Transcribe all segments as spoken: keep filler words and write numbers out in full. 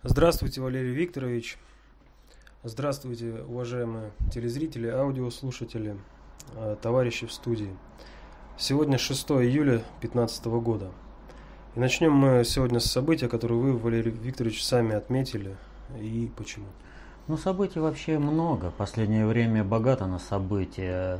Здравствуйте, Валерий Викторович. Здравствуйте, уважаемые телезрители, аудиослушатели, товарищи в студии. Сегодня шестое июля две тысячи пятнадцатого года. И начнем мы сегодня с события, которое вы, Валерий Викторович, сами отметили. И почему? Ну, событий вообще много. Последнее время богато на события.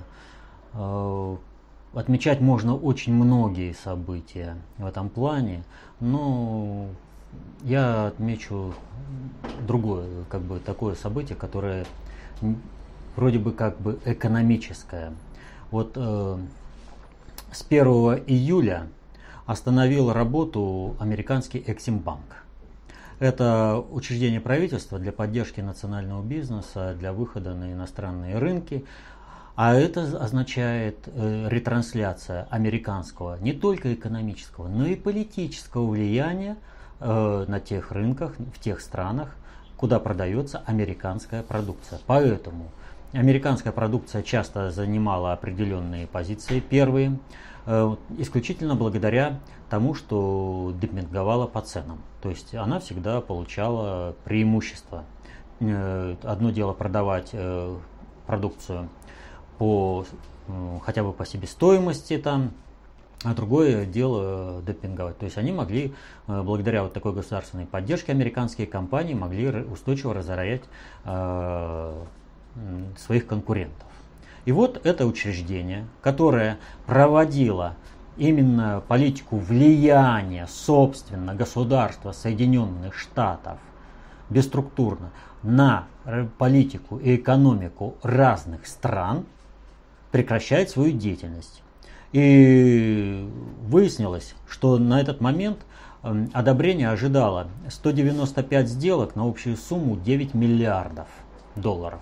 Отмечать можно очень многие события в этом плане. Но я отмечу другое, как бы такое событие, которое вроде бы как бы экономическое. Вот э, с первого июля остановил работу американский Эксимбанк. Это учреждение правительства для поддержки национального бизнеса, для выхода на иностранные рынки. А это означает э, ретрансляция американского не только экономического, но и политического влияния э, на тех рынках, в тех странах, куда продается американская продукция. Поэтому американская продукция часто занимала определенные позиции первые, э, исключительно благодаря тому, что демпинговала по ценам. То есть она всегда получала преимущество. Э, одно дело продавать э, продукцию по, хотя бы по себестоимости там, а другое дело демпинговать. То есть они могли, благодаря вот такой государственной поддержке, американские компании могли устойчиво разорять э, своих конкурентов. И вот это учреждение, которое проводило именно политику влияния, собственно, государства Соединенных Штатов бесструктурно на политику и экономику разных стран, прекращает свою деятельность. И выяснилось, что на этот момент одобрение ожидало сто девяносто пять сделок на общую сумму девять миллиардов долларов.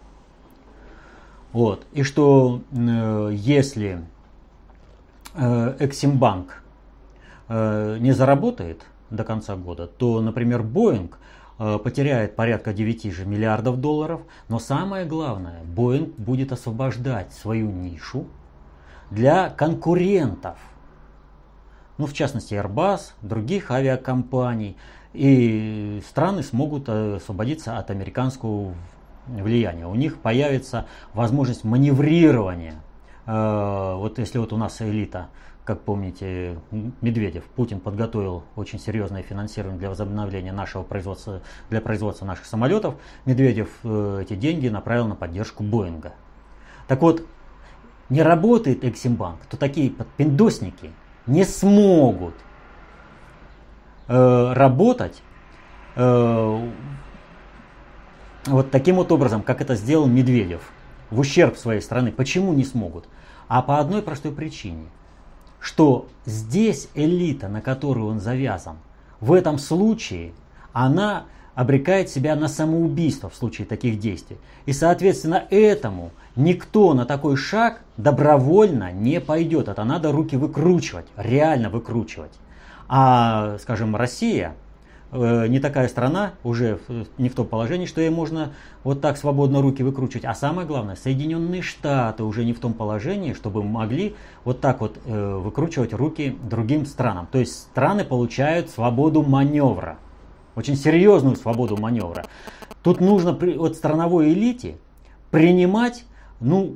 Вот. И что э, если э, Эксимбанк э, не заработает до конца года, то, например, Боинг потеряет порядка девять же миллиардов долларов, но самое главное, Боинг будет освобождать свою нишу для конкурентов, ну, в частности, Airbus, других авиакомпаний, и страны смогут освободиться от американского влияния. У них появится возможность маневрирования. Вот если вот у нас элита, как помните, Медведев, Путин подготовил очень серьезное финансирование для возобновления нашего производства, для производства наших самолетов. Медведев э, эти деньги направил на поддержку Боинга. Так вот, не работает Эксимбанк, то такие подпиндосники не смогут э, работать э, вот таким вот образом, как это сделал Медведев, в ущерб своей страны. Почему не смогут? А по одной простой причине. Что здесь элита, на которую он завязан, в этом случае она обрекает себя на самоубийство в случае таких действий. И, соответственно, этому никто на такой шаг добровольно не пойдет. Это надо руки выкручивать, реально выкручивать. А, скажем, Россия э, не такая страна, уже не в том положении, что ей можно вот так свободно руки выкручивать. А самое главное, Соединенные Штаты уже не в том положении, чтобы могли вот так вот э, выкручивать руки другим странам. То есть страны получают свободу маневра. Очень серьезную свободу маневра. Тут нужно от страновой элите принимать, ну,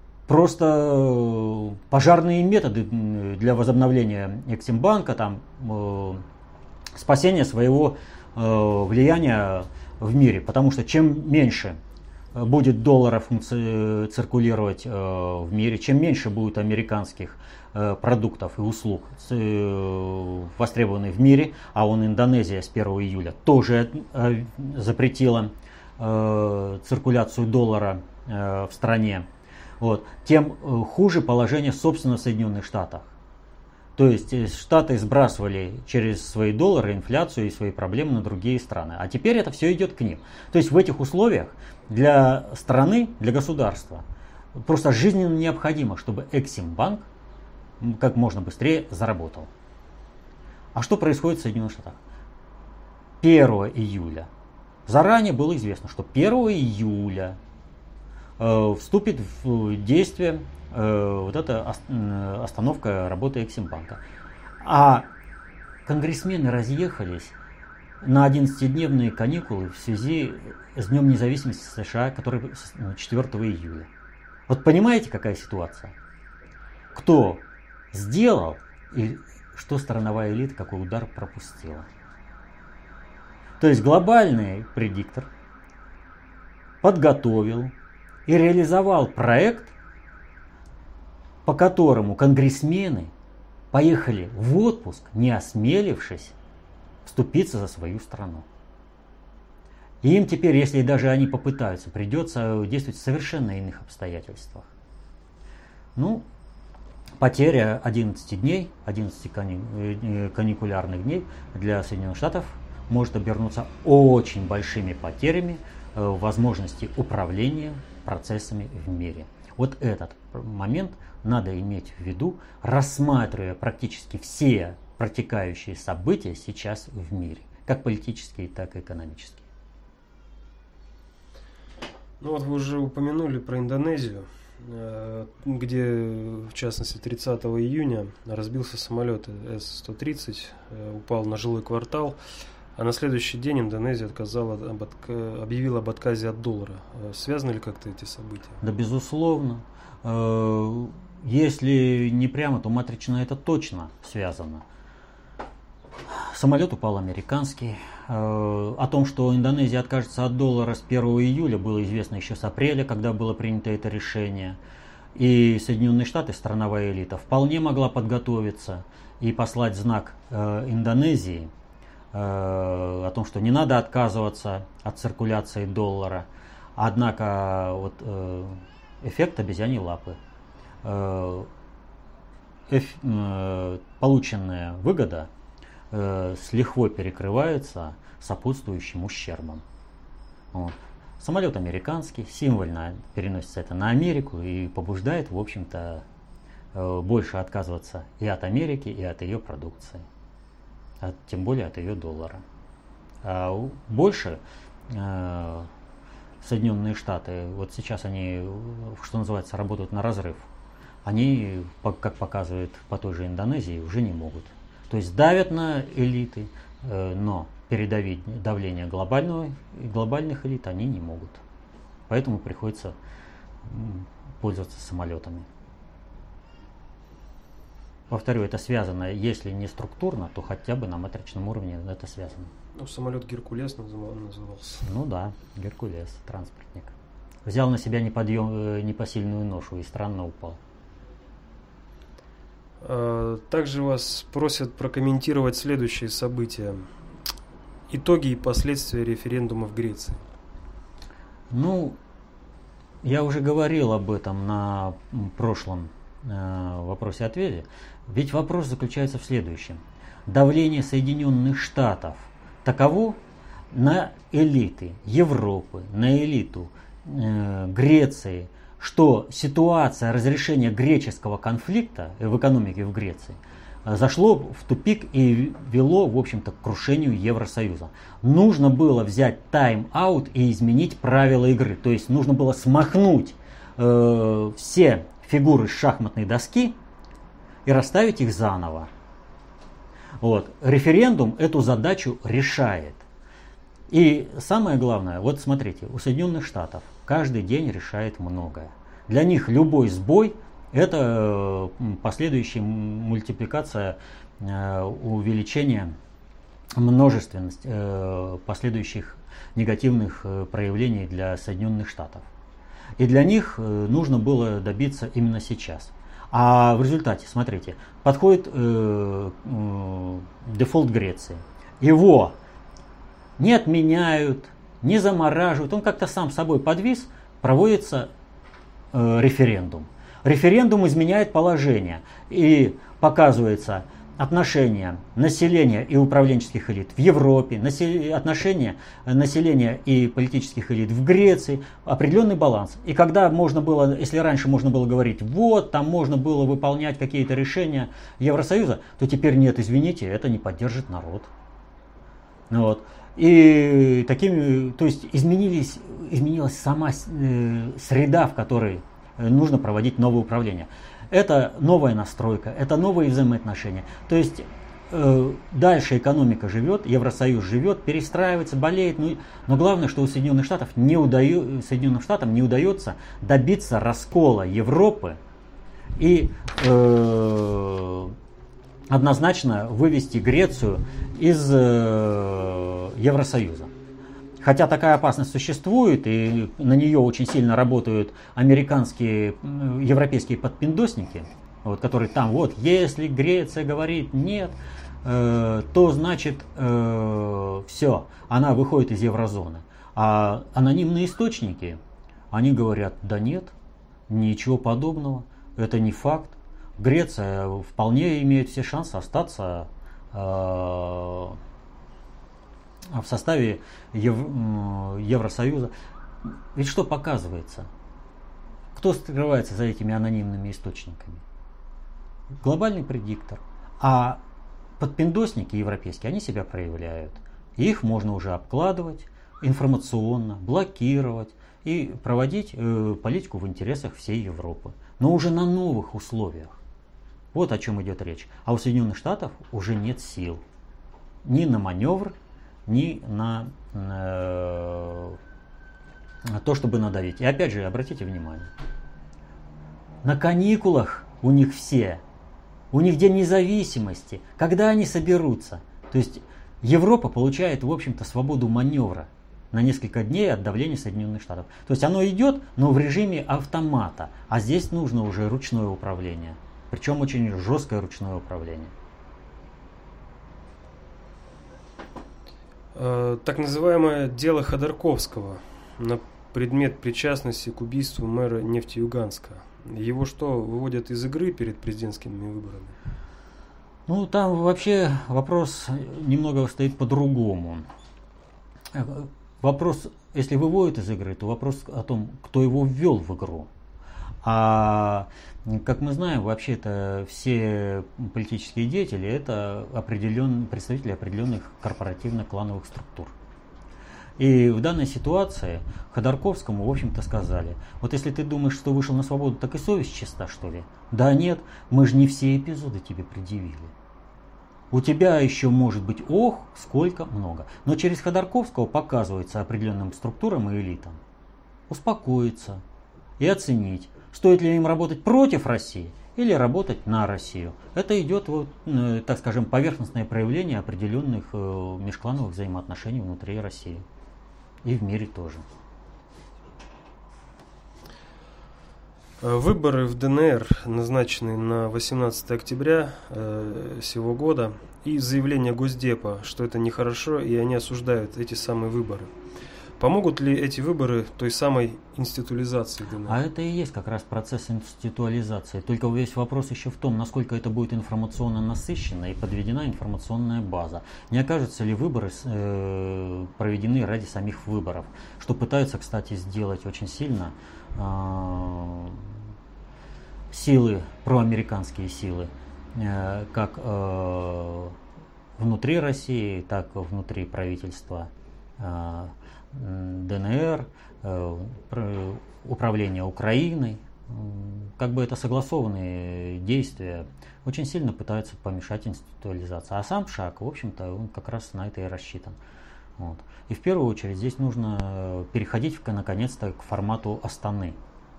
просто пожарные методы для возобновления Эксимбанка, там, э, спасения своего э, влияния в мире. Потому что чем меньше будет долларов циркулировать э, в мире, чем меньше будет американских э, продуктов и услуг э, востребованных в мире, а он Индонезия с первого июля тоже э, запретила э, циркуляцию доллара э, в стране, вот, тем э, хуже положение собственно в Соединенных Штатах. То есть Штаты сбрасывали через свои доллары инфляцию и свои проблемы на другие страны. А теперь это все идет к ним. То есть в этих условиях для страны, для государства просто жизненно необходимо, чтобы Эксимбанк как можно быстрее заработал. А что происходит в Соединенных Штатах? первого июля. Заранее было известно, что первого июля э, вступит в действие вот эта остановка работы Эксимбанка. А конгрессмены разъехались на одиннадцатидневные каникулы в связи с Днем независимости США, который четвёртого июля. Вот понимаете, какая ситуация? Кто сделал и что страновая элита, какой удар пропустила? То есть глобальный предиктор подготовил и реализовал проект, по которому конгрессмены поехали в отпуск, не осмелившись вступиться за свою страну. И им теперь, если даже они попытаются, придется действовать в совершенно иных обстоятельствах. Ну, потеря одиннадцати дней, одиннадцати кани- каникулярных дней для Соединенных Штатов может обернуться очень большими потерями в возможности управления процессами в мире. Вот этот момент надо иметь в виду, рассматривая практически все протекающие события сейчас в мире, как политические, так и экономические. Ну вот вы уже упомянули про Индонезию, где, в частности, тридцатого июня разбился самолет эс сто тридцать, упал на жилой квартал, а на следующий день Индонезия отказала, об отка... объявила об отказе от доллара. Связаны ли как-то эти события? Да, безусловно. Если не прямо, то матрично это точно связано. Самолет упал американский. О том, что Индонезия откажется от доллара с первого июля, было известно еще с апреля, когда было принято это решение. И Соединенные Штаты, страновая элита, вполне могла подготовиться и послать знак Индонезии о том, что не надо отказываться от циркуляции доллара. Однако вот, эффект обезьяньей лапы. Эф, полученная выгода с лихвой перекрывается сопутствующим ущербом. Вот. Самолет американский, символьно переносится это на Америку и побуждает, в общем-то, больше отказываться и от Америки, и от ее продукции. А тем более от ее доллара. А больше э, Соединенные Штаты, вот сейчас они, что называется, работают на разрыв. Они, как показывает по той же Индонезии, уже не могут. То есть давят на элиты, э, но передавить давление глобального, глобальных элит они не могут. Поэтому приходится пользоваться самолетами. Повторю, это связано, если не структурно, то хотя бы на матричном уровне это связано. Ну, самолет Геркулес назывался. Ну да, Геркулес, транспортник. Взял на себя неподъем, непосильную ношу и странно упал. Также вас просят прокомментировать следующие события. Итоги и последствия референдума в Греции. Ну, я уже говорил об этом на прошлом э, вопросе-ответе. Ведь вопрос заключается в следующем. Давление Соединенных Штатов таково на элиты Европы, на элиту э, Греции, что ситуация разрешения греческого конфликта в экономике в Греции зашло в тупик и вело, в общем-то, к крушению Евросоюза. Нужно было взять тайм-аут и изменить правила игры. То есть нужно было смахнуть э, все фигуры с шахматной доски и расставить их заново. Вот. Референдум эту задачу решает. И самое главное, вот смотрите, у Соединенных Штатов каждый день решает многое. Для них любой сбой – это последующая мультипликация, увеличение множественности последующих негативных проявлений для Соединенных Штатов. И для них нужно было добиться именно сейчас. А в результате, смотрите, подходит э, э, дефолт Греции. Его не отменяют, не замораживают, он как-то сам собой подвис, проводится э, референдум. Референдум изменяет положение и показывается отношение населения и управленческих элит в Европе, отношение населения и политических элит в Греции, определенный баланс. И когда можно было, если раньше можно было говорить, вот, там можно было выполнять какие-то решения Евросоюза, то теперь нет, извините, это не поддержит народ. Вот. И такими, то есть изменились, изменилась сама э, среда, в которой нужно проводить новое управление. Это новая настройка, это новые взаимоотношения. То есть э, дальше экономика живет, Евросоюз живет, перестраивается, болеет. Ну, но главное, что у Соединенных Штатов не удаю, Соединенным Штатам не удается добиться раскола Европы и э, однозначно вывести Грецию из э, Евросоюза. Хотя такая опасность существует, и на нее очень сильно работают американские, европейские подпиндосники, вот, которые там, вот, если Греция говорит нет, э, то значит э, все, она выходит из еврозоны. А анонимные источники, они говорят, да нет, ничего подобного, это не факт. Греция вполне имеет все шансы остаться э, в составе Ев- Евросоюза. Ведь что показывается? Кто скрывается за этими анонимными источниками? Глобальный предиктор. А подпиндосники европейские, они себя проявляют. Их можно уже обкладывать информационно, блокировать и проводить э, политику в интересах всей Европы. Но уже на новых условиях. Вот о чем идет речь. А у Соединенных Штатов уже нет сил ни на маневр, ни на, на, на то, чтобы надавить. И опять же, обратите внимание, на каникулах у них все, у них День независимости. Когда они соберутся? То есть Европа получает, в общем-то, свободу маневра на несколько дней от давления Соединенных Штатов. То есть оно идет, но в режиме автомата. А здесь нужно уже ручное управление. Причем очень жесткое ручное управление. Так называемое дело Ходорковского на предмет причастности к убийству мэра Нефтеюганска. Его что, выводят из игры перед президентскими выборами? Ну, там вообще вопрос немного стоит по-другому. Вопрос, если выводят из игры, то вопрос о том, кто его ввел в игру. А как мы знаем, вообще-то все политические деятели это определен, представители определенных корпоративно-клановых структур. И в данной ситуации Ходорковскому, в общем-то, сказали, вот если ты думаешь, что вышел на свободу, так и совесть чиста, что ли? Да нет, мы же не все эпизоды тебе предъявили. У тебя еще может быть, ох, сколько много. Но через Ходорковского показывается определенным структурам и элитам успокоиться и оценить, стоит ли им работать против России или работать на Россию. Это идет, вот, э, так скажем, поверхностное проявление определенных э, межклановых взаимоотношений внутри России. И в мире тоже. Выборы в ДНР назначены на восемнадцатое октября э, сего года. И заявление Госдепа, что это нехорошо, и они осуждают эти самые выборы. Помогут ли эти выборы той самой институализации ДНР? А это и есть как раз процесс институализации. Только весь вопрос еще в том, насколько это будет информационно насыщенно и подведена информационная база. Не окажутся ли выборы э, проведены ради самих выборов? Что пытаются, кстати, сделать очень сильно э, силы, проамериканские силы, э, как э, внутри России, так и внутри правительства э, ДНР, управление Украиной. Как бы это согласованные действия очень сильно пытаются помешать институализации. А сам шаг, в общем-то, он как раз на это и рассчитан. Вот. И в первую очередь здесь нужно переходить наконец-то к формату Астаны.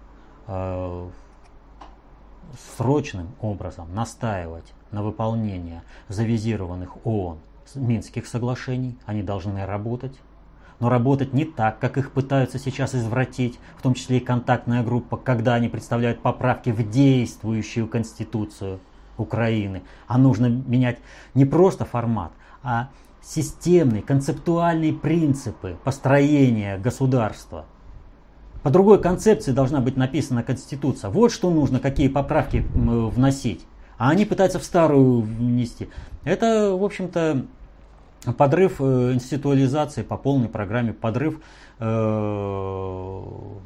Срочным образом настаивать на выполнении завизированных ООН Минских соглашений. Они должны работать. Но работать не так, как их пытаются сейчас извратить, в том числе и контактная группа, когда они представляют поправки в действующую Конституцию Украины. А нужно менять не просто формат, а системные, концептуальные принципы построения государства. По другой концепции должна быть написана Конституция. Вот что нужно, какие поправки вносить. А они пытаются в старую внести. Это, в общем-то, подрыв э, институализации по полной программе, подрыв э,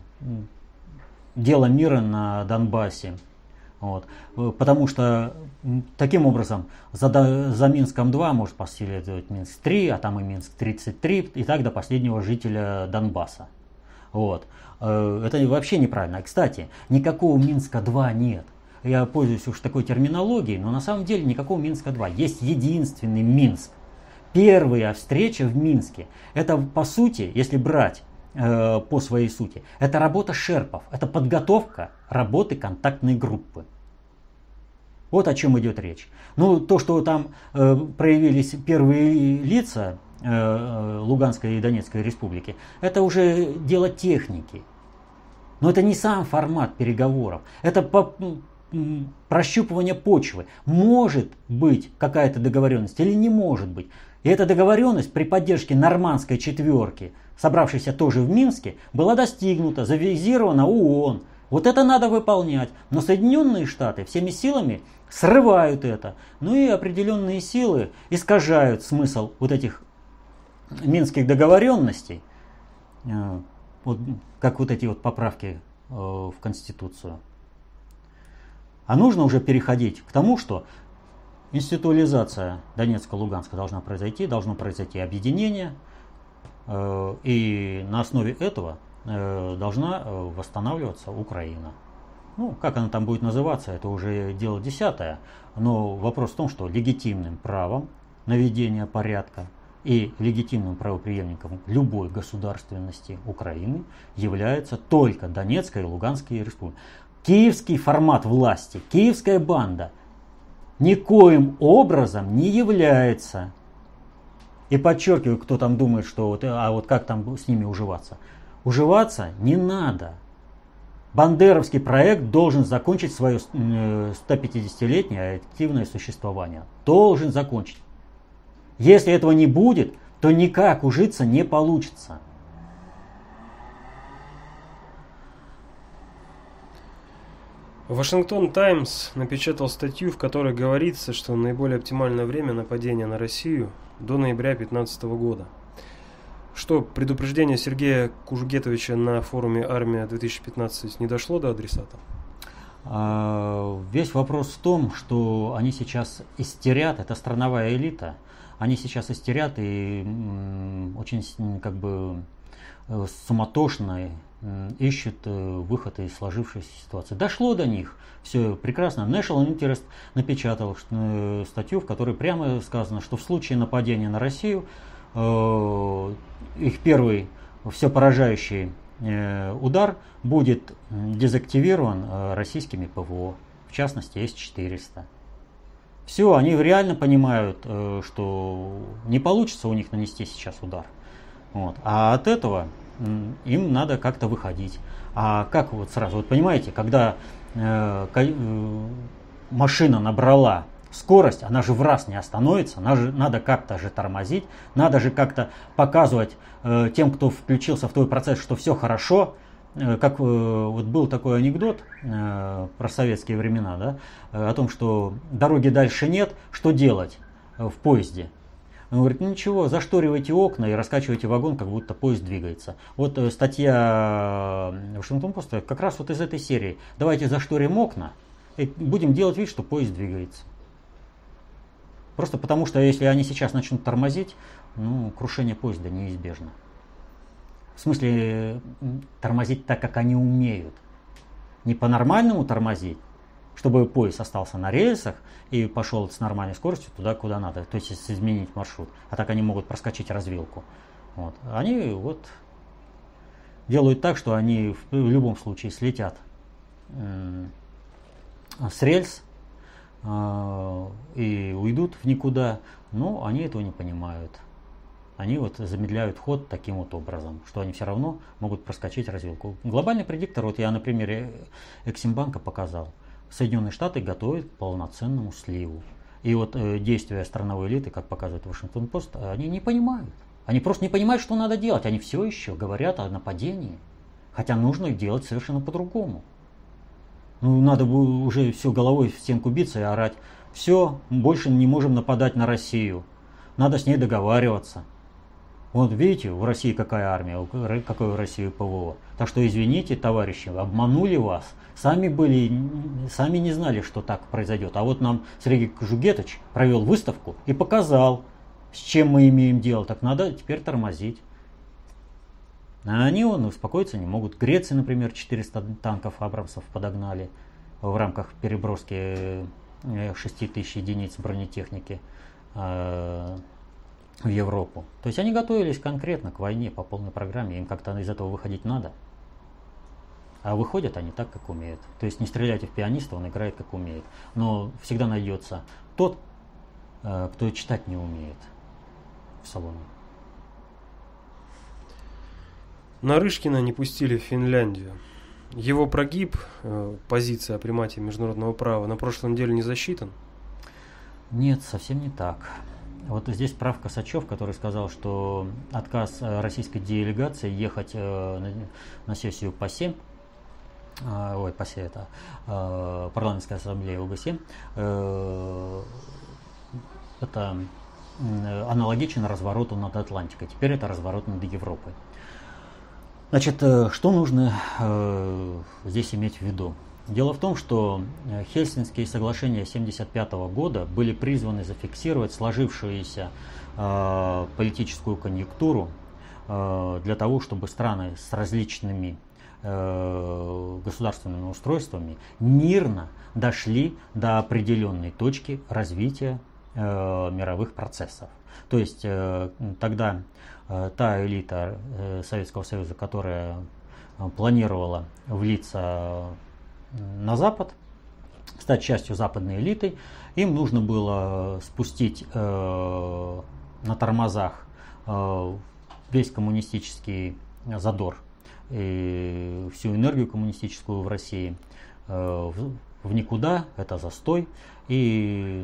дела мира на Донбассе. Вот. Потому что таким образом за, за Минском два может последовать Минск три, а там и Минск тридцать три, и так до последнего жителя Донбасса. Вот. Э, это вообще неправильно. Кстати, никакого Минска два нет. я пользуюсь уж такой терминологией, но на самом деле никакого Минска-два. Есть единственный Минск. Первая встреча в Минске. Это, по сути, если брать э, по своей сути, это работа шерпов, это подготовка работы контактной группы. Вот о чем идет речь. Ну, то, что там э, проявились первые лица э, Луганской и Донецкой республики, это уже дело техники. Но это не сам формат переговоров. Это по, м, прощупывание почвы. Может быть какая-то договоренность или не может быть. И эта договоренность при поддержке нормандской четверки, собравшейся тоже в Минске, была достигнута, завизирована ООН. Вот это надо выполнять. Но Соединенные Штаты всеми силами срывают это. Ну и определенные силы искажают смысл вот этих минских договоренностей, вот, как вот эти вот поправки в Конституцию. А нужно уже переходить к тому, что институализация Донецка-Луганска должна произойти, должно произойти объединение, и на основе этого должна восстанавливаться Украина. Ну, как она там будет называться, это уже дело десятое. Но вопрос в том, что легитимным правом наведения порядка и легитимным правопреемником любой государственности Украины является только Донецкая и Луганская республики. Киевский формат власти, киевская банда никоим образом не является. И подчеркиваю, кто там думает, что вот, а вот как там с ними уживаться. Уживаться не надо. Бандеровский проект должен закончить свое сто пятидесятилетнее активное существование. Должен закончить. Если этого не будет, то никак ужиться не получится. Вашингтон Таймс напечатал статью, в которой говорится, что наиболее оптимальное время нападения на Россию до ноября две тысячи пятнадцатого года. Что, предупреждение Сергея Кужугетовича на форуме «Армия-две тысячи пятнадцать» не дошло до адресата? Весь вопрос в том, что они сейчас истерят, это страновая элита, они сейчас истерят и очень как бы суматошно ищут выход из сложившейся ситуации. Дошло до них, все прекрасно. National Interest напечатал статью, в которой прямо сказано, что в случае нападения на Россию их первый все поражающий удар будет дезактивирован российскими ПВО, в частности эс четыреста. Все, они реально понимают, что не получится у них нанести сейчас удар. Вот. А от этого им надо как-то выходить. А как вот сразу, вот понимаете, когда э, машина набрала скорость, она же в раз не остановится, надо, надо как-то же тормозить, надо же как-то показывать э, тем, кто включился в твой процесс, что все хорошо. Э, как э, вот был такой анекдот э, про советские времена, да, э, о том, что дороги дальше нет, что делать э, в поезде. Он говорит, ну ничего, зашторивайте окна и раскачивайте вагон, как будто поезд двигается. Вот э, статья Вашингтон Пост как раз вот из этой серии. Давайте зашторим окна и будем делать вид, что поезд двигается. Просто потому, что если они сейчас начнут тормозить, ну, крушение поезда неизбежно. В смысле, тормозить так, как они умеют. Не по-нормальному тормозить, чтобы поезд остался на рельсах и пошел с нормальной скоростью туда, куда надо. То есть изменить маршрут. А так они могут проскочить развилку. Вот. Они вот делают так, что они в любом случае слетят э, с рельс, и уйдут в никуда, но они этого не понимают. Они вот замедляют ход таким вот образом, что они все равно могут проскочить развилку. Глобальный предиктор, вот я на примере Эксимбанка показал. Соединенные Штаты готовят к полноценному сливу. И вот э, действия страновой элиты, как показывает Вашингтон Пост, они не понимают. Они просто не понимают, что надо делать. Они все еще говорят о нападении. Хотя нужно делать совершенно по-другому. Ну, надо бы уже все головой в стенку биться и орать. Все, больше не можем нападать на Россию. Надо с ней договариваться. Вот видите, в России какая армия, какое в России ПВО. Так что извините, товарищи, обманули вас. Сами были, сами не знали, что так произойдет. А вот нам Сергей Кужугетович провел выставку и показал, с чем мы имеем дело. Так надо теперь тормозить. А они вон, успокоиться не могут. Греции, например, четыреста танков Абрамсов подогнали. в рамках переброски шести тысяч единиц бронетехники в Европу. То есть они готовились конкретно к войне по полной программе, им как-то из этого выходить надо. А выходят они так, как умеют. То есть не стреляйте в пианиста, он играет как умеет. Но всегда найдется тот, кто читать не умеет в салоне. Нарышкина не пустили в Финляндию. Его прогиб, позиция о примате международного права, на прошлой неделе не засчитан? Нет, совсем не так. Вот здесь прав Косачев, который сказал, что отказ российской делегации ехать на сессию ПАСЕ, ой, ПАСЕ это парламентская ассамблея ОБСЕ, это аналогично развороту над Атлантикой. Теперь это разворот над Европой. Значит, что нужно здесь иметь в виду? Дело в том, что Хельсинские соглашения тысяча девятьсот семьдесят пятого года были призваны зафиксировать сложившуюся э, политическую конъюнктуру э, для того, чтобы страны с различными э, государственными устройствами мирно дошли до определенной точки развития э, мировых процессов. То есть э, тогда э, та элита э, Советского Союза, которая э, планировала влиться на Запад, стать частью западной элиты, им нужно было спустить э, на тормозах э, весь коммунистический задор и всю энергию коммунистическую в России э, в, в никуда, это застой, и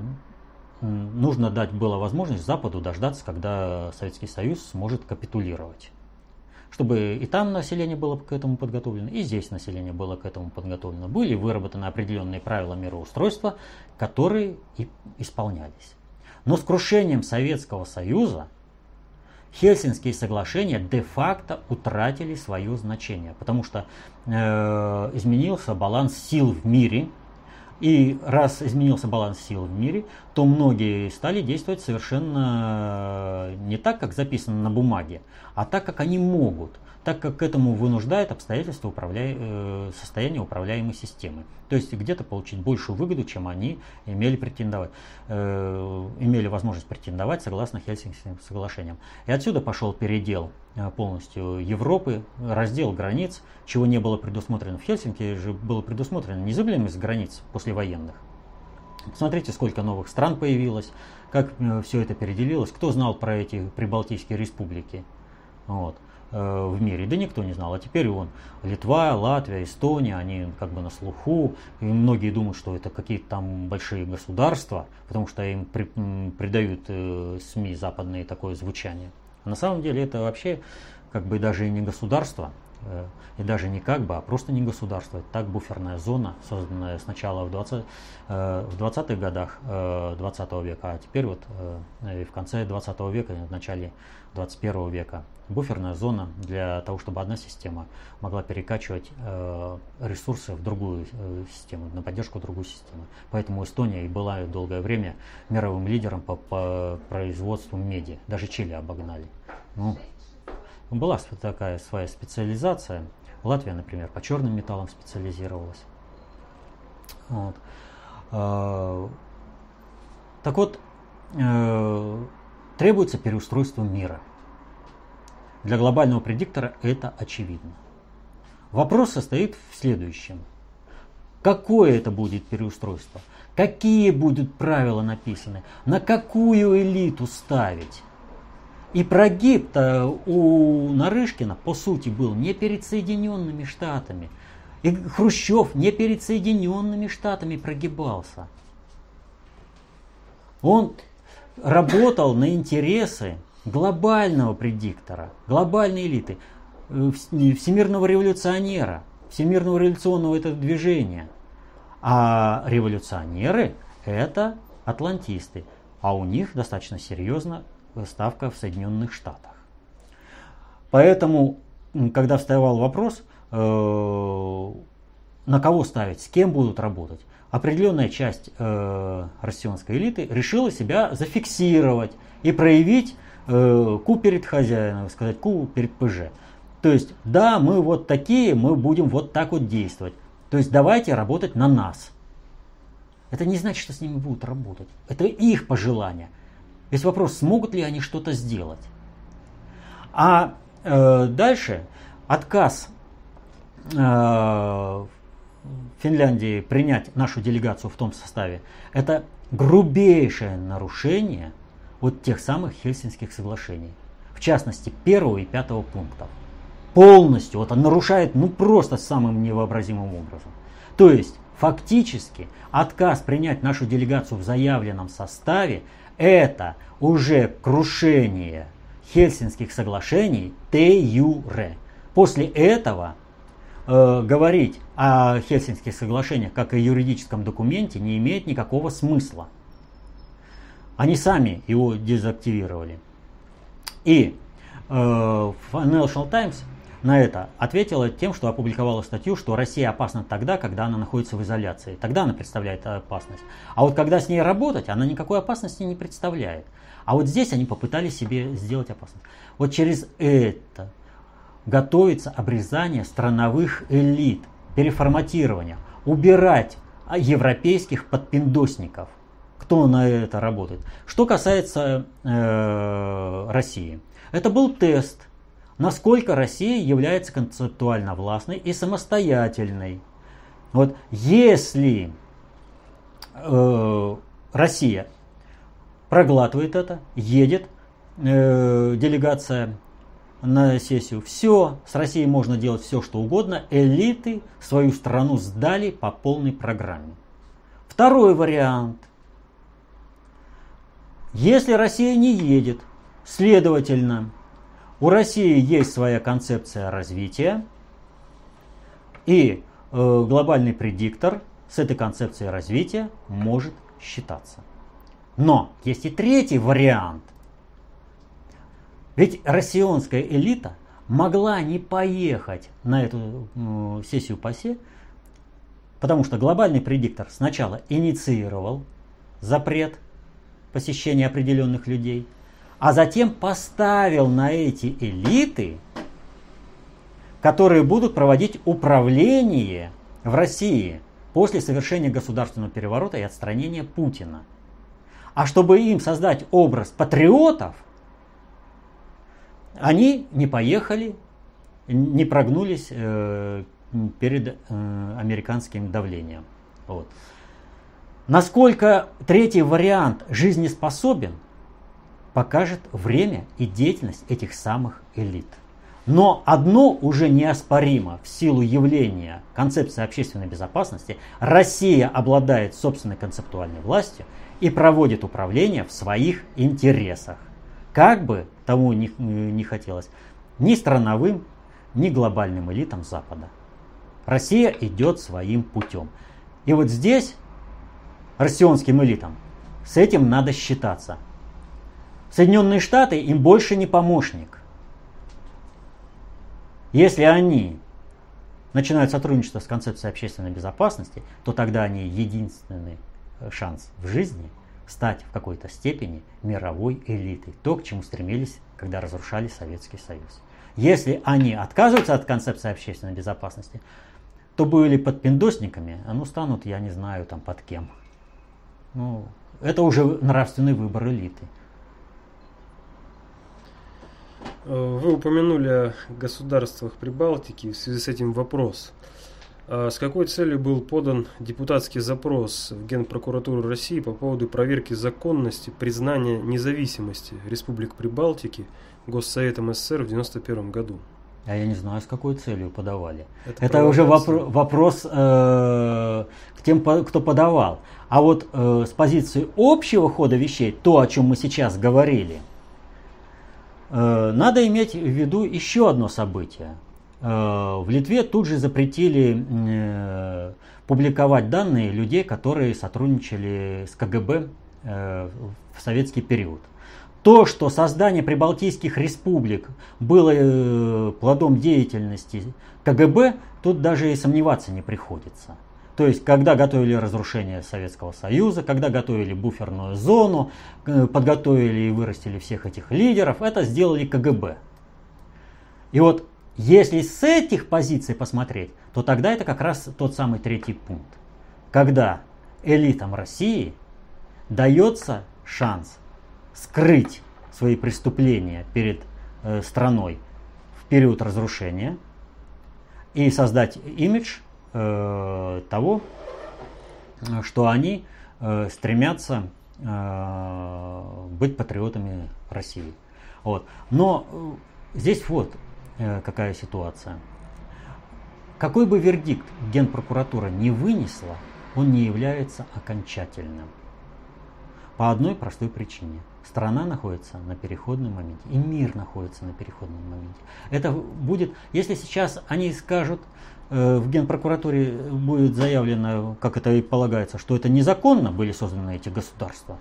нужно дать было возможность Западу дождаться, когда Советский Союз сможет капитулировать. Чтобы и там население было к этому подготовлено, и здесь население было к этому подготовлено. Были выработаны определенные правила мироустройства, которые и исполнялись. Но с крушением Советского Союза Хельсинские соглашения де-факто утратили свое значение, потому что э, изменился баланс сил в мире. И раз изменился баланс сил в мире, то многие стали действовать совершенно не так, как записано на бумаге, а так, как они могут, так как к этому вынуждает обстоятельства управля... состояния управляемой системы. То есть где-то получить большую выгоду, чем они имели претендовать, э, имели возможность претендовать согласно Хельсинкским соглашениям. И отсюда пошел передел полностью Европы, раздел границ, чего не было предусмотрено в Хельсинки, же было предусмотрено незыблемость границ послевоенных. Посмотрите, сколько новых стран появилось, как все это переделилось, кто знал про эти прибалтийские республики вот, э, в мире, да никто не знал. А теперь вон Литва, Латвия, Эстония, они как бы на слуху, и многие думают, что это какие-то там большие государства, потому что им при, придают э, СМИ западные такое звучание. На самом деле это вообще как бы даже и не государство, э, и даже не как бы, а просто не государство. Это так буферная зона, созданная сначала в, двадцатых, э, в двадцатых годах э, двадцатого века, а теперь вот э, в конце двадцатого века, в начале двадцать первого века. Буферная зона для того, чтобы одна система могла перекачивать э, ресурсы в другую э, систему, на поддержку другой системы. Поэтому Эстония и была долгое время мировым лидером по, по производству меди. Даже Чили обогнали. Ну, была такая своя специализация. Латвия, например, по черным металлам специализировалась. Вот. Э, так вот, э, требуется переустройство мира. Для глобального предиктора это очевидно. Вопрос состоит в следующем. Какое это будет переустройство? Какие будут правила написаны? На какую элиту ставить? И прогиб-то у Нарышкина, по сути, был не перед Соединенными Штатами. И Хрущев не перед Соединенными Штатами прогибался. Он работал на интересы глобального предиктора, глобальной элиты, всемирного революционера, всемирного революционного этого движения. А революционеры – это атлантисты, а у них достаточно серьезно ставка в Соединенных Штатах. Поэтому, когда вставал вопрос, э, на кого ставить, с кем будут работать, определенная часть э, россионской элиты решила себя зафиксировать и проявить э, ку перед хозяином, сказать ку перед ПЖ. То есть, да, мы вот такие, мы будем вот так вот действовать. То есть давайте работать на нас. Это не значит, что с ними будут работать. Это их пожелания. Есть вопрос, смогут ли они что-то сделать. А э, дальше отказ э, Финляндии принять нашу делегацию в том составе, это грубейшее нарушение вот тех самых Хельсинских соглашений. В частности, первого и пятого пунктов. Полностью вот он нарушает ну просто самым невообразимым образом. То есть фактически отказ принять нашу делегацию в заявленном составе это уже крушение Хельсинских соглашений де юре. После этого э, говорить о Хельсинских соглашениях как о юридическом документе не имеет никакого смысла. Они сами его дезактивировали. И э, Financial Times на это ответила тем, что опубликовала статью, что Россия опасна тогда, когда она находится в изоляции. Тогда она представляет опасность. А вот когда с ней работать, она никакой опасности не представляет. А вот здесь они попытались себе сделать опасность. Вот через это готовится обрезание страновых элит, переформатирование, убирать европейских подпиндосников. Кто на это работает? Что касается э, России. Это был тест. Насколько Россия является концептуально властной и самостоятельной. Вот если э, Россия проглатывает это, едет э, делегация на сессию, все, с Россией можно делать все, что угодно, элиты свою страну сдали по полной программе. Второй вариант. Если Россия не едет, следовательно, у России есть своя концепция развития, и э, глобальный предиктор с этой концепцией развития может считаться. Но есть и третий вариант. Ведь россионская элита могла не поехать на эту э, сессию ПАСЕ, потому что глобальный предиктор сначала инициировал запрет посещения определенных людей, а затем поставил на эти элиты, которые будут проводить управление в России после совершения государственного переворота и отстранения Путина. А чтобы им создать образ патриотов, они не поехали, не прогнулись э, перед э, американским давлением. Вот. Насколько третий вариант жизнеспособен, покажет время и деятельность этих самых элит. Но одно уже неоспоримо в силу явления концепции общественной безопасности: Россия обладает собственной концептуальной властью и проводит управление в своих интересах. Как бы тому ни, ни хотелось, ни страновым, ни глобальным элитам Запада. Россия идет своим путем. И вот здесь россионским элитам с этим надо считаться. Соединенные Штаты им больше не помощник. Если они начинают сотрудничество с концепцией общественной безопасности, то тогда они единственный шанс в жизни стать в какой-то степени мировой элитой. То, к чему стремились, когда разрушали Советский Союз. Если они отказываются от концепции общественной безопасности, то были подпиндосниками, а ну станут, я не знаю, там под кем. Ну, это уже нравственный выбор элиты. Вы упомянули о государствах Прибалтики, в связи с этим вопрос. С какой целью был подан депутатский запрос в Генпрокуратуру России по поводу проверки законности признания независимости Республик Прибалтики Госсоветом СССР в девяносто первом году? А я не знаю, с какой целью подавали. Это, Это уже вопро- вопрос э- к тем, кто подавал. А вот э- с позиции общего хода вещей, то, о чем мы сейчас говорили, э- надо иметь в виду еще одно событие. Э- в Литве тут же запретили э- публиковать данные людей, которые сотрудничали с КГБ э- в советский период. То, что создание прибалтийских республик было э, плодом деятельности КГБ, тут даже и сомневаться не приходится. То есть, когда готовили разрушение Советского Союза, когда готовили буферную зону, э, подготовили и вырастили всех этих лидеров, это сделали КГБ. И вот если с этих позиций посмотреть, то тогда это как раз тот самый третий пункт. Когда элитам России дается шанс скрыть свои преступления перед э, страной в период разрушения и создать имидж э, того, что они э, стремятся э, быть патриотами России. Вот. Но э, здесь вот э, какая ситуация. Какой бы вердикт Генпрокуратура не вынесла, он не является окончательным. По одной простой причине. Страна находится на переходном моменте, и мир находится на переходном моменте. Это будет, если сейчас они скажут, э, в Генпрокуратуре будет заявлено, как это и полагается, что это незаконно были созданы эти государства,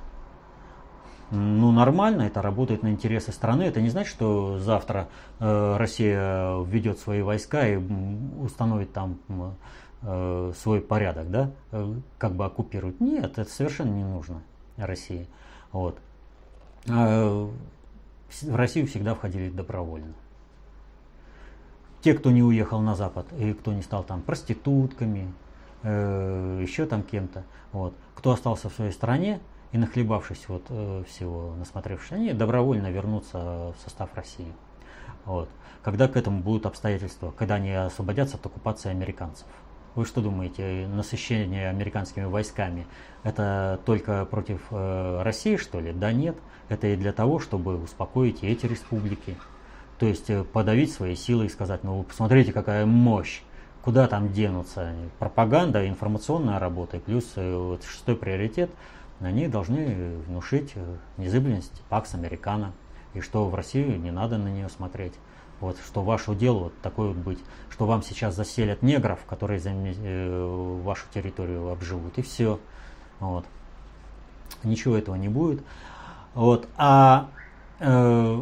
ну нормально, это работает на интересы страны. Это не значит, что завтра э, Россия введет свои войска и установит там э, свой порядок, да, э, как бы оккупирует. Нет, это совершенно не нужно России. Вот. А в Россию всегда входили добровольно. Те, кто не уехал на Запад и кто не стал там проститутками, э, еще там кем-то, вот, кто остался в своей стране и нахлебавшись вот э, всего, насмотревшись, они добровольно вернутся в состав России. Вот. Когда к этому будут обстоятельства, когда они освободятся от оккупации американцев. Вы что думаете, насыщение американскими войсками это только против э, России, что ли? Да нет, это и для того, чтобы успокоить и эти республики. То есть э, подавить свои силы и сказать, ну вы посмотрите, какая мощь, куда там денутся. Пропаганда, информационная работа, и плюс э, вот, шестой приоритет, они должны внушить э, незыблемость Пакс Американо, и что в Россию не надо на нее смотреть. Вот, что ваше дело вот такое вот быть, что вам сейчас заселят негров, которые за, э, вашу территорию обживут, и все. Вот. Ничего этого не будет. Вот. А э,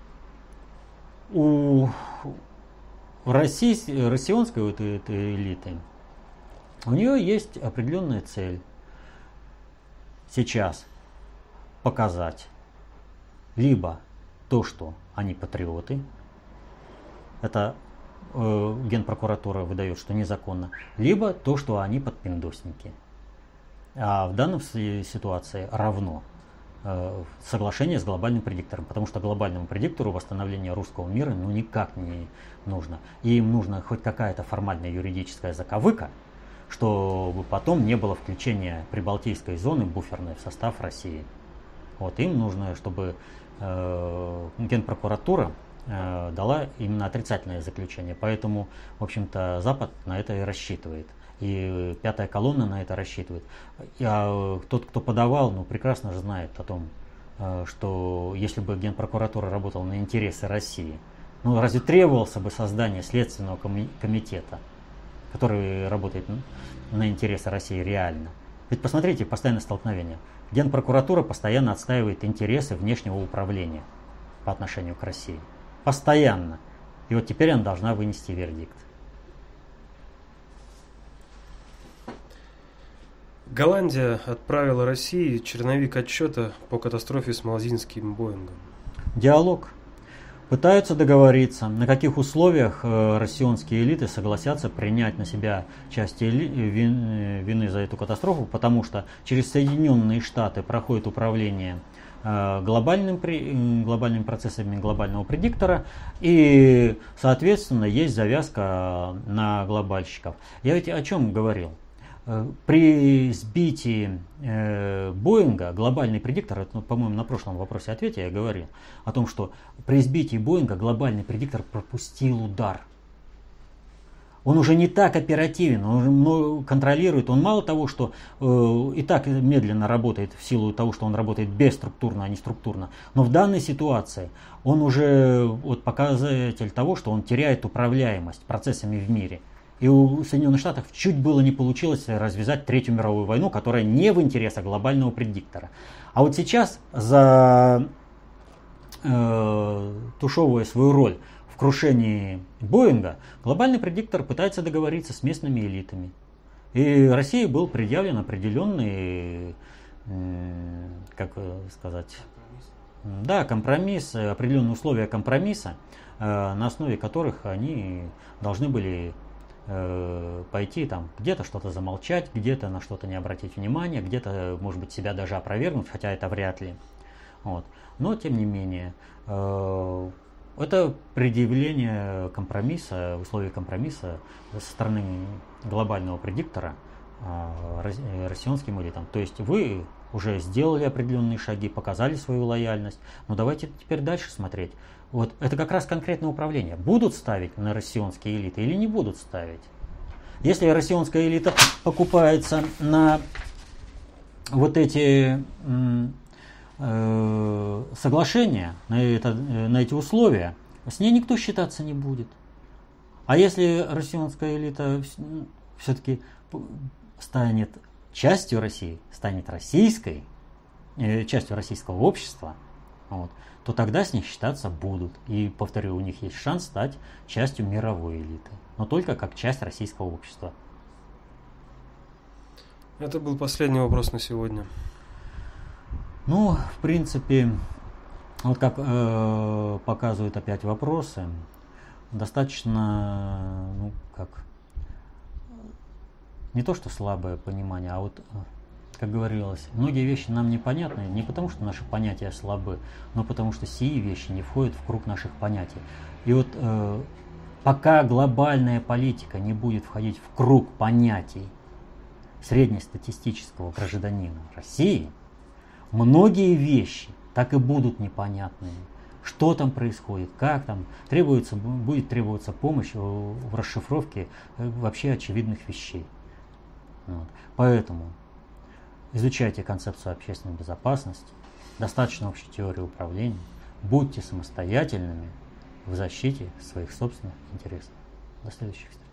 у России, россионской вот этой элиты, у нее есть определенная цель сейчас показать либо то, что они патриоты, это э, Генпрокуратура выдает, что незаконно, либо то, что они подпиндосники. А в данной ситуации равно э, соглашение с глобальным предиктором, потому что глобальному предиктору восстановление русского мира ну никак не нужно. И им нужна хоть какая-то формальная юридическая заковыка, чтобы потом не было включения прибалтийской зоны буферной в состав России. Вот, им нужно, чтобы э, Генпрокуратура дала именно отрицательное заключение. Поэтому, в общем-то, Запад на это и рассчитывает. И пятая колонна на это рассчитывает. А тот, кто подавал, ну, прекрасно же знает о том, что если бы Генпрокуратура работала на интересы России, ну, разве требовался бы создание Следственного комитета, который работает на интересы России реально? Ведь посмотрите, постоянное столкновение. Генпрокуратура постоянно отстаивает интересы внешнего управления по отношению к России. Постоянно. И вот теперь она должна вынести вердикт. Голландия отправила России черновик отчета по катастрофе с малазийским Боингом. Диалог. Пытаются договориться, на каких условиях э, россионские элиты согласятся принять на себя часть эли, вин, вины за эту катастрофу, потому что через Соединенные Штаты проходит управление глобальным, глобальными процессами глобального предиктора, и, соответственно, есть завязка на глобальщиков. Я ведь о чем говорил? При сбитии э, Боинга глобальный предиктор, ну, по-моему, на прошлом вопросе ответе я говорил о том, что при сбитии Боинга глобальный предиктор пропустил удар. Он уже не так оперативен, он уже контролирует. Он мало того, что э, и так медленно работает в силу того, что он работает бесструктурно, а не структурно, но в данной ситуации он уже вот, показатель того, что он теряет управляемость процессами в мире. И у Соединенных Штатов чуть было не получилось развязать Третью мировую войну, которая не в интересах глобального предиктора. А вот сейчас, за э, тушевывая свою роль в крушении Боинга, глобальный предиктор пытается договориться с местными элитами. И России был предъявлен определенный, э, как сказать, компромисс. Да, компромисс, определенные условия компромисса, на основе которых они должны были пойти там где-то что-то замолчать, где-то на что-то не обратить внимания, где-то, может быть, себя даже опровергнуть, хотя это вряд ли. Вот. Но, тем не менее, это предъявление компромисса, условий компромисса со стороны глобального предиктора россионским элитам. То есть вы уже сделали определенные шаги, показали свою лояльность, но давайте теперь дальше смотреть. Вот это как раз конкретное управление. Будут ставить на россионские элиты или не будут ставить? Если россионская элита покупается на вот эти э, соглашения, на, это, на эти условия, с ней никто считаться не будет. А если россионская элита все-таки станет частью России, станет российской, э, частью российского общества, вот, то тогда с ней считаться будут. И, повторю, у них есть шанс стать частью мировой элиты, но только как часть российского общества. Это был последний вопрос на сегодня. Ну, в принципе, вот как э, показывают опять вопросы, достаточно, ну, как, не то что слабое понимание, а вот, как говорилось, многие вещи нам непонятны не потому, что наши понятия слабы, но потому, что сии вещи не входят в круг наших понятий. И вот э, пока глобальная политика не будет входить в круг понятий среднестатистического гражданина России, многие вещи так и будут непонятными. Что там происходит, как там, требуется, будет требоваться помощь в расшифровке вообще очевидных вещей. Вот. Поэтому изучайте концепцию общественной безопасности, достаточно общей теории управления, будьте самостоятельными в защите своих собственных интересов. До следующих встреч.